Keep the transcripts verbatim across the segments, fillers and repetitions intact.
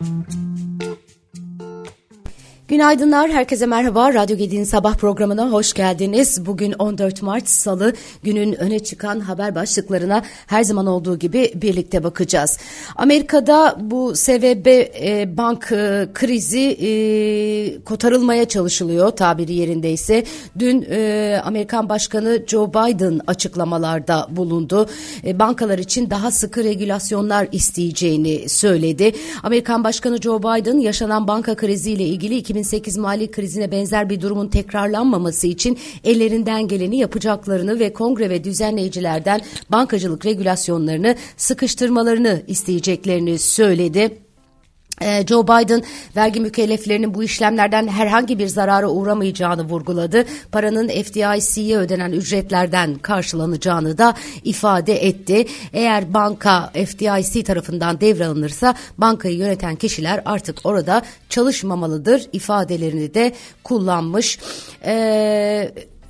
Günaydınlar, herkese merhaba. Radyo Gedi'nin sabah programına hoş geldiniz. Bugün on dört Mart Salı, günün öne çıkan haber başlıklarına her zaman olduğu gibi birlikte bakacağız. Amerika'da bu S V B e, bank e, krizi e, kotarılmaya çalışılıyor, tabiri yerindeyse. Dün e, Amerikan Başkanı Joe Biden açıklamalarda bulundu. E, bankalar için daha sıkı regülasyonlar isteyeceğini söyledi. Amerikan Başkanı Joe Biden yaşanan banka kriziyle ilgili iki bin sekiz mali krizine benzer bir durumun tekrarlanmaması için ellerinden geleni yapacaklarını ve kongre ve düzenleyicilerden bankacılık regülasyonlarını sıkıştırmalarını isteyeceklerini söyledi. Joe Biden vergi mükelleflerinin bu işlemlerden herhangi bir zarara uğramayacağını vurguladı. Paranın F D I C'ye ödenen ücretlerden karşılanacağını da ifade etti. Eğer banka F D I C tarafından devralınırsa bankayı yöneten kişiler artık orada çalışmamalıdır ifadelerini de kullanmış. Eee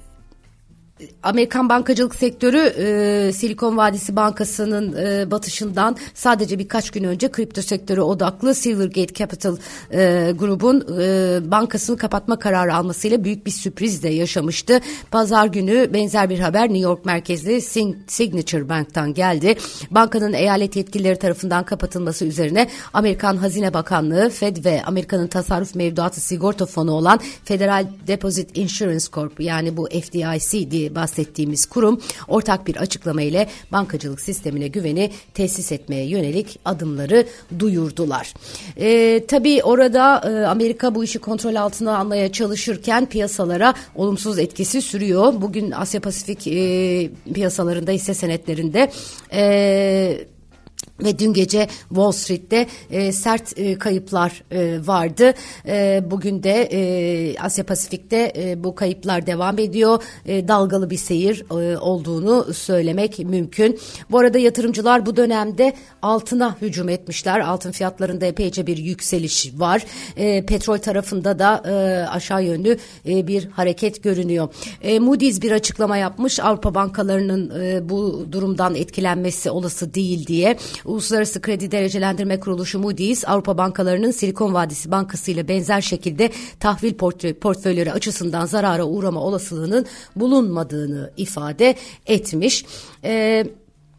Amerikan bankacılık sektörü e, Silikon Vadisi Bankası'nın e, batışından sadece birkaç gün önce kripto sektörü odaklı Silvergate Capital e, grubun e, bankasını kapatma kararı almasıyla büyük bir sürpriz de yaşamıştı. Pazar günü benzer bir haber New York merkezli Signature Bank'tan geldi. Bankanın eyalet yetkilileri tarafından kapatılması üzerine Amerikan Hazine Bakanlığı, Fed ve Amerika'nın tasarruf mevduatı sigorta fonu olan Federal Deposit Insurance Corp, yani bu F D I C diye bahsettiğimiz kurum ortak bir açıklama ile bankacılık sistemine güveni tesis etmeye yönelik adımları duyurdular. E, tabii orada e, Amerika bu işi kontrol altına almaya çalışırken piyasalara olumsuz etkisi sürüyor. Bugün Asya Pasifik e, piyasalarında, hisse senetlerinde e, ve dün gece Wall Street'te e, sert e, kayıplar e, vardı. E, bugün de e, Asya Pasifik'te e, bu kayıplar devam ediyor. E, dalgalı bir seyir e, olduğunu söylemek mümkün. Bu arada yatırımcılar bu dönemde altına hücum etmişler. Altın fiyatlarında epeyce bir yükseliş var. E, petrol tarafında da e, aşağı yönlü e, bir hareket görünüyor. E, Moody's bir açıklama yapmış. Avrupa bankalarının e, bu durumdan etkilenmesi olası değil diye. Uluslararası Kredi Derecelendirme Kuruluşu Moody's, Avrupa bankalarının Silikon Vadisi Bankası ile benzer şekilde tahvil portföyleri açısından zarara uğrama olasılığının bulunmadığını ifade etmiş. Ee,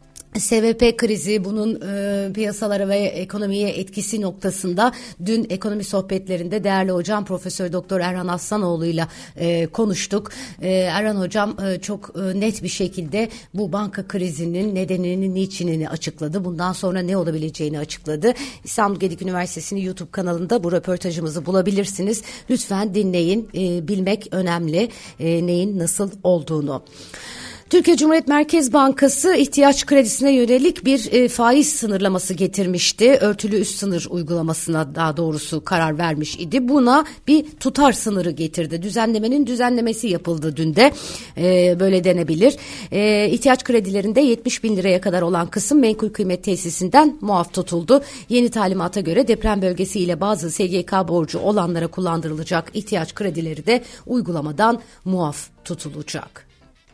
S V B krizi, bunun e, piyasalara ve ekonomiye etkisi noktasında dün ekonomi sohbetlerinde değerli hocam Profesör Doktor Erhan Aslanoğlu ile e, konuştuk. E, Erhan hocam e, çok e, net bir şekilde bu banka krizinin nedenini, niçinini açıkladı. Bundan sonra ne olabileceğini açıkladı. İstanbul Gedik Üniversitesi'nin YouTube kanalında bu röportajımızı bulabilirsiniz. Lütfen dinleyin. E, bilmek önemli e, neyin nasıl olduğunu. Türkiye Cumhuriyet Merkez Bankası ihtiyaç kredisine yönelik bir e, faiz sınırlaması getirmişti. Örtülü üst sınır uygulamasına daha doğrusu karar vermiş idi. Buna bir tutar sınırı getirdi. Düzenlemenin düzenlemesi yapıldı dün de. E, böyle denebilir. E, ihtiyaç kredilerinde yetmiş bin liraya kadar olan kısım menkul kıymet tesisinden muaf tutuldu. Yeni talimata göre deprem bölgesi ile bazı S G K borcu olanlara kullandırılacak ihtiyaç kredileri de uygulamadan muaf tutulacak.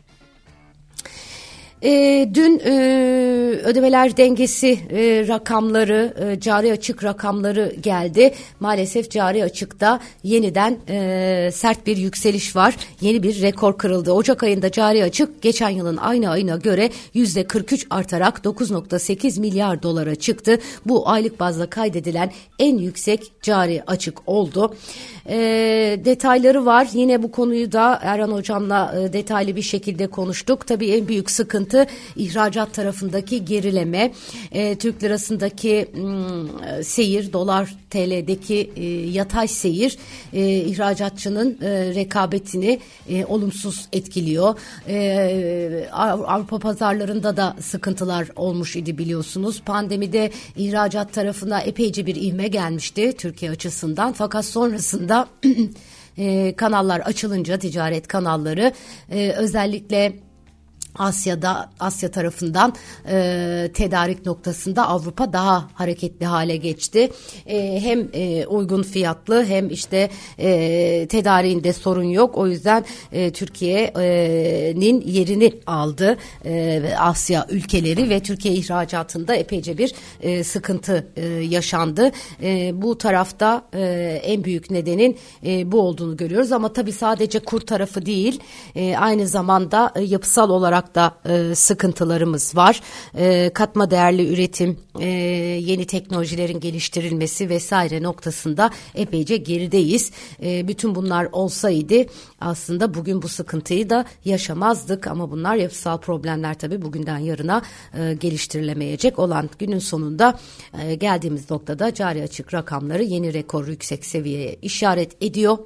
E, dün e, ödemeler dengesi e, rakamları, e, cari açık rakamları geldi. Maalesef cari açıkta yeniden e, sert bir yükseliş var. Yeni bir rekor kırıldı. Ocak ayında cari açık geçen yılın aynı ayına göre yüzde kırk üç artarak dokuz virgül sekiz milyar dolara çıktı. Bu aylık bazda kaydedilen en yüksek cari açık oldu. E, detayları var. Yine bu konuyu da Erhan hocamla e, detaylı bir şekilde konuştuk. Tabii en büyük sıkıntı ihracat tarafındaki gerileme, e, Türk lirasındaki m, seyir, dolar T L'deki e, yatay seyir e, ihracatçının e, rekabetini e, olumsuz etkiliyor. E, Avrupa pazarlarında da sıkıntılar olmuş idi biliyorsunuz. Pandemide ihracat tarafına epeyce bir ivme gelmişti Türkiye açısından, fakat sonrasında e, kanallar açılınca, ticaret kanalları e, özellikle Asya'da Asya tarafından e, tedarik noktasında Avrupa daha hareketli hale geçti. E, hem e, uygun fiyatlı hem işte e, tedariğinde sorun yok. O yüzden e, Türkiye'nin yerini aldı e, Asya ülkeleri ve Türkiye ihracatında epeyce bir e, sıkıntı e, yaşandı. E, bu tarafta e, en büyük nedenin e, bu olduğunu görüyoruz. Ama tabii sadece kur tarafı değil, e, aynı zamanda e, yapısal olarak da e, sıkıntılarımız var. E, katma değerli üretim, e, yeni teknolojilerin geliştirilmesi vesaire noktasında epeyce gerideyiz. E, bütün bunlar olsaydı aslında bugün bu sıkıntıyı da yaşamazdık ama bunlar yapısal problemler tabii bugünden yarına e, geliştirilemeyecek olan günün sonunda e, geldiğimiz noktada cari açık rakamları yeni rekor yüksek seviyeye işaret ediyor.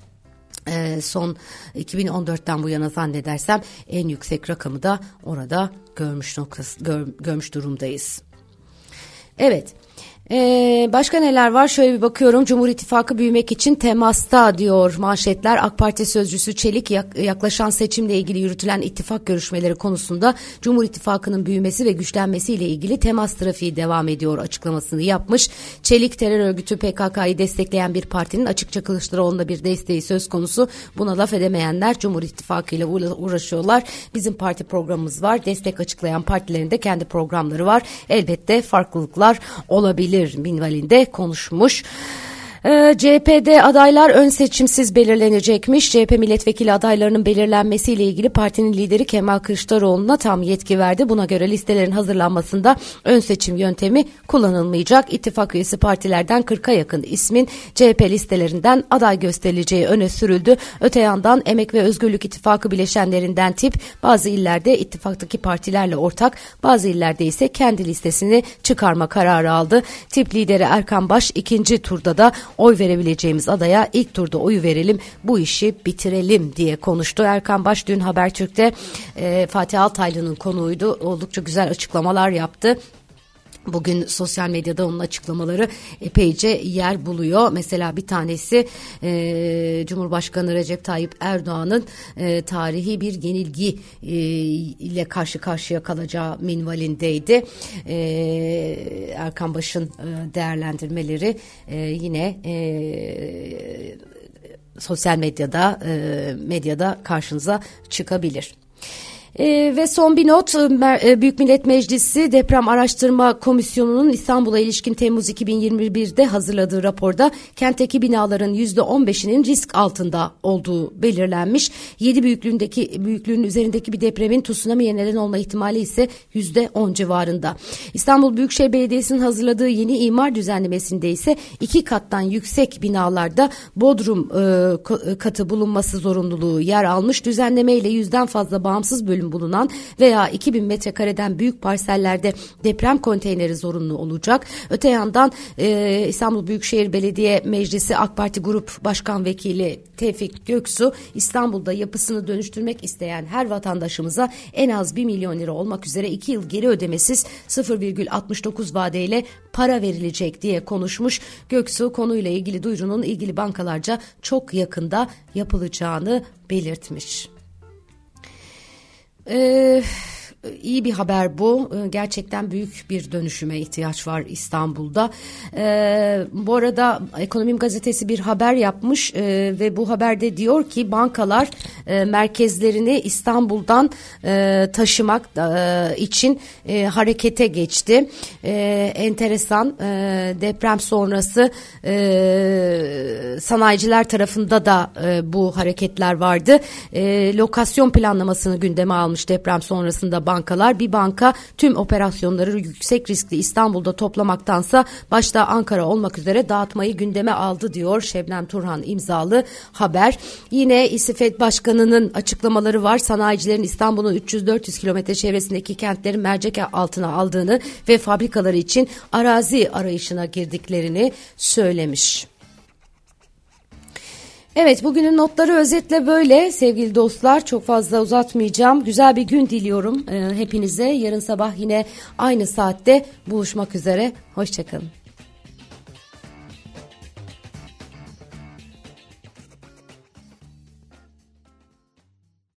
Ee, son iki bin on dörtten bu yana zannedersem en yüksek rakamı da orada görmüş noktası gör, görmüş durumdayız. Evet. Ee, başka neler var? Şöyle bir bakıyorum. Cumhur İttifakı büyümek için temasta diyor manşetler. AK Parti sözcüsü Çelik yaklaşan seçimle ilgili yürütülen ittifak görüşmeleri konusunda Cumhur İttifakı'nın büyümesi ve güçlenmesiyle ilgili temas trafiği devam ediyor açıklamasını yapmış. Çelik terör örgütü P K K'yı destekleyen bir partinin açıkça Kılıçdaroğlu'na bir desteği söz konusu. Buna laf edemeyenler Cumhur İttifakı ile uğraşıyorlar. Bizim parti programımız var. Destek açıklayan partilerin de kendi programları var. Elbette farklılıklar olabilir minvalinde konuşmuş. Ee, C H P'de adaylar ön seçimsiz belirlenecekmiş. C H P milletvekili adaylarının belirlenmesiyle ilgili partinin lideri Kemal Kılıçdaroğlu'na tam yetki verdi. Buna göre listelerin hazırlanmasında ön seçim yöntemi kullanılmayacak. İttifak üyesi partilerden kırka yakın ismin C H P listelerinden aday gösterileceği öne sürüldü. Öte yandan Emek ve Özgürlük İttifakı bileşenlerinden tip bazı illerde ittifaktaki partilerle ortak, bazı illerde ise kendi listesini çıkarma kararı aldı. Tip lideri Erkan Baş ikinci turda da oy verebileceğimiz adaya ilk turda oyu verelim, bu işi bitirelim diye konuştu. Erkan Baş dün Habertürk'te e, Fatih Altaylı'nın konuğuydu. Oldukça güzel açıklamalar yaptı. Bugün sosyal medyada onun açıklamaları epeyce yer buluyor. Mesela bir tanesi e, Cumhurbaşkanı Recep Tayyip Erdoğan'ın e, tarihi bir yenilgi e, ile karşı karşıya kalacağı minvalindeydi. E, Erkan Baş'ın e, değerlendirmeleri e, yine e, sosyal medyada e, medyada karşınıza çıkabilir. Ee, ve son bir not, Büyük Millet Meclisi Deprem Araştırma Komisyonu'nun İstanbul'a ilişkin Temmuz iki bin yirmi bir'de hazırladığı raporda kentteki binaların yüzde on beşinin risk altında olduğu belirlenmiş. yedi büyüklüğündeki büyüklüğün üzerindeki bir depremin tsunami'ye neden olma ihtimali ise yüzde on civarında. İstanbul Büyükşehir Belediyesi'nin hazırladığı yeni imar düzenlemesinde ise iki kattan yüksek binalarda bodrum e, katı bulunması zorunluluğu yer almış. Düzenlemeyle yüzden fazla bağımsız bölüm bulunan veya iki bin metrekareden büyük parsellerde deprem konteyneri zorunlu olacak. Öte yandan e, İstanbul Büyükşehir Belediye Meclisi AK Parti Grup Başkan Vekili Tevfik Göksu, İstanbul'da yapısını dönüştürmek isteyen her vatandaşımıza en az bir milyon lira olmak üzere iki yıl geri ödemesiz sıfır virgül altmış dokuz vadeyle para verilecek diye konuşmuş. Göksu konuyla ilgili duyurunun ilgili bankalarca çok yakında yapılacağını belirtmiş. Ee, iyi bir haber bu. Ee, gerçekten büyük bir dönüşüme ihtiyaç var İstanbul'da. Ee, bu arada Ekonomim Gazetesi bir haber yapmış ee, ve bu haberde diyor ki bankalar e, merkezlerini İstanbul'dan e, taşımak e, için e, harekete geçti. E, enteresan e, deprem sonrası e, sanayiciler tarafında da e, bu hareketler vardı. E, lokasyon planlamasını gündeme almış deprem sonrasında bankalar. Bir banka tüm operasyonları yüksek riskli İstanbul'da toplamaktansa başta Ankara olmak üzere dağıtmayı gündeme aldı diyor Şebnem Turhan imzalı haber. Yine İSİFED Başkanı'nın açıklamaları var. Sanayicilerin İstanbul'un üç yüz dört yüz kilometre çevresindeki kentlerin mercek altına aldığını ve fabrikaları için arazi arayışına girdiklerini söylemiş. Evet, bugünün notları özetle böyle sevgili dostlar, çok fazla uzatmayacağım. Güzel bir gün diliyorum e, hepinize. Yarın sabah yine aynı saatte buluşmak üzere. Hoşçakalın.